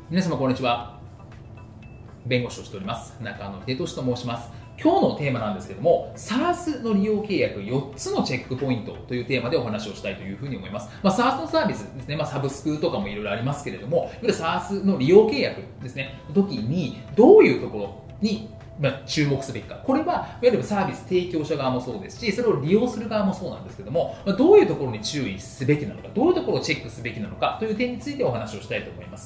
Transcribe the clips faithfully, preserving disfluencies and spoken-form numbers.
皆様こんにちは。弁護士をしております中野秀俊と申します。今日のテーマなんですけども、SaaS の利用契約よっつのチェックポイントというテーマでお話をしたいというふうに思います。まあ、SaaS のサービスですね、まあ、サブスクとかもいろいろありますけれども、いわゆる SaaS の利用契約ですね、時にどういうところにまあ、注目すべきか。これはいわゆるサービス提供者側もそうですし、それを利用する側もそうなんですけども、まあ、どういうところに注意すべきなのか、どういうところをチェックすべきなのかという点についてお話をしたいと思います。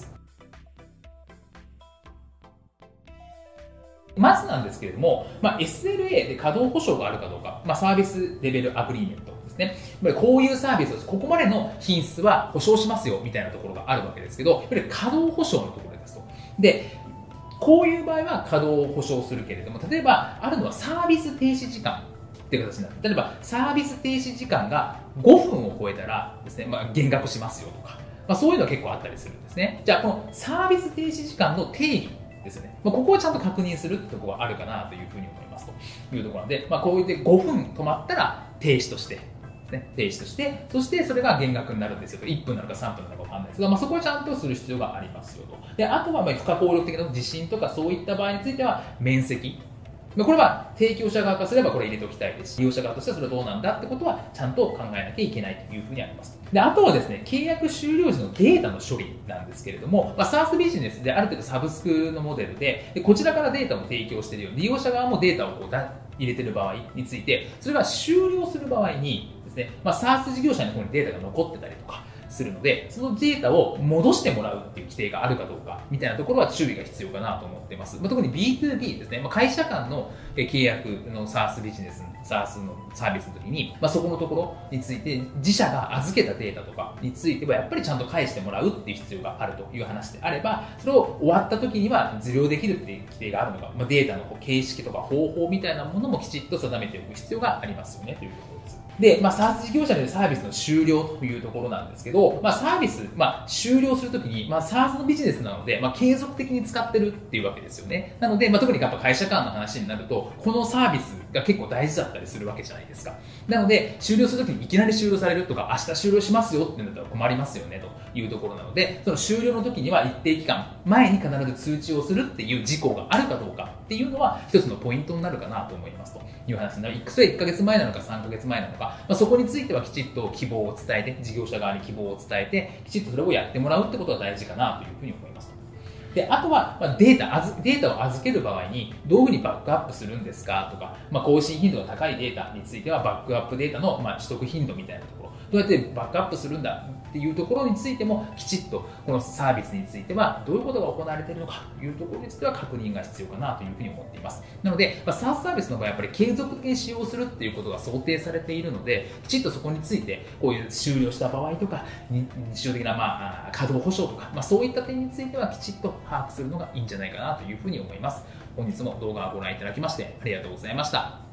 まずなんですけれども、まあ、エスエルエー で稼働保証があるかどうか、まあ、サービスレベルアグリーメントですね。こういうサービスを、ここまでの品質は保証しますよみたいなところがあるわけですけど、やっぱり稼働保証のところですと。で、こういう場合は稼働を保証するけれども、例えばあるのはサービス停止時間っていう形になる。例えばサービス停止時間がごふんを超えたらですね、まあ、減額しますよとか、まあ、そういうのが結構あったりするんですね。じゃあこのサービス停止時間の定義ですね、まあ、ここをちゃんと確認するってところがあるかなというふうに思いますというところなので、まあ、こう言ってごふん止まったら停止としてね、停止として、そしてそれが減額になるんですよと、いっぷんなのかさんぷんなのか分かんないですが、まあ、そこはちゃんとする必要がありますよと。で、あとはまあ不可抗力的な地震とかそういった場合については、免責。これは提供者側からすればこれ入れておきたいですし、利用者側としてはそれはどうなんだってことはちゃんと考えなきゃいけないというふうにあります。で、あとはですね、契約終了時のデータの処理なんですけれども、まあ、SaaS ビジネスである程度サブスクのモデルで、でこちらからデータを提供しているように、利用者側もデータをこうだ入れている場合について、それが終了する場合にですね、まあ、SaaS 事業者の方にデータが残ってたりとかするので、そのデータを戻してもらうっていう規定があるかどうかみたいなところは注意が必要かなと思っています。まあ、特に ビーツービー ですね、まあ、会社間の契約の SaaS ビジネス、SaaS のサービスの時に、まあ、そこのところについて自社が預けたデータとかについてはやっぱりちゃんと返してもらうっていう必要があるという話であれば、それを終わった時には受領できるっていう規定があるのか、まあ、データの形式とか方法みたいなものもきちっと定めておく必要がありますよねというところです。で、まあ、SaaS 事業者でサービスの終了というところなんですけど、まあ、サービス、まあ、終了するときに、まあ、SaaS のビジネスなので、まあ、継続的に使ってるっていうわけですよね。なので、まあ、特にやっぱ会社間の話になると、このサービスが結構大事だったりするわけじゃないですか。なので、終了するときにいきなり終了されるとか、明日終了しますよってなったら困りますよねというところなので、その終了の時には一定期間前に必ず通知をするっていう事項があるかどうかっていうのは一つのポイントになるかなと思いますという話になる。それはいっかげつまえなのかさんかげつまえなのか、まあ、そこについてはきちっと希望を伝えて、事業者側に希望を伝えて、きちっとそれをやってもらうってことは大事かなというふうに思います。で、あとは、まあ、データ、データを預ける場合にどういうふうにバックアップするんですかとか、まあ、更新頻度が高いデータについてはバックアップデータの、まあ、取得頻度みたいなところ、どうやってバックアップするんだっていうところについてもきちっとこのサービスについてはどういうことが行われているのかというところについては確認が必要かなというふうに思っています。なので、まあ、SaaS サービスの場合はやっぱり継続的に使用するっていうことが想定されているので、きちっとそこについてこういう終了した場合とか日常的な、まあ、稼働保証とか、まあ、そういった点についてはきちっと把握するのがいいんじゃないかなというふうに思います。本日も動画をご覧いただきましてありがとうございました。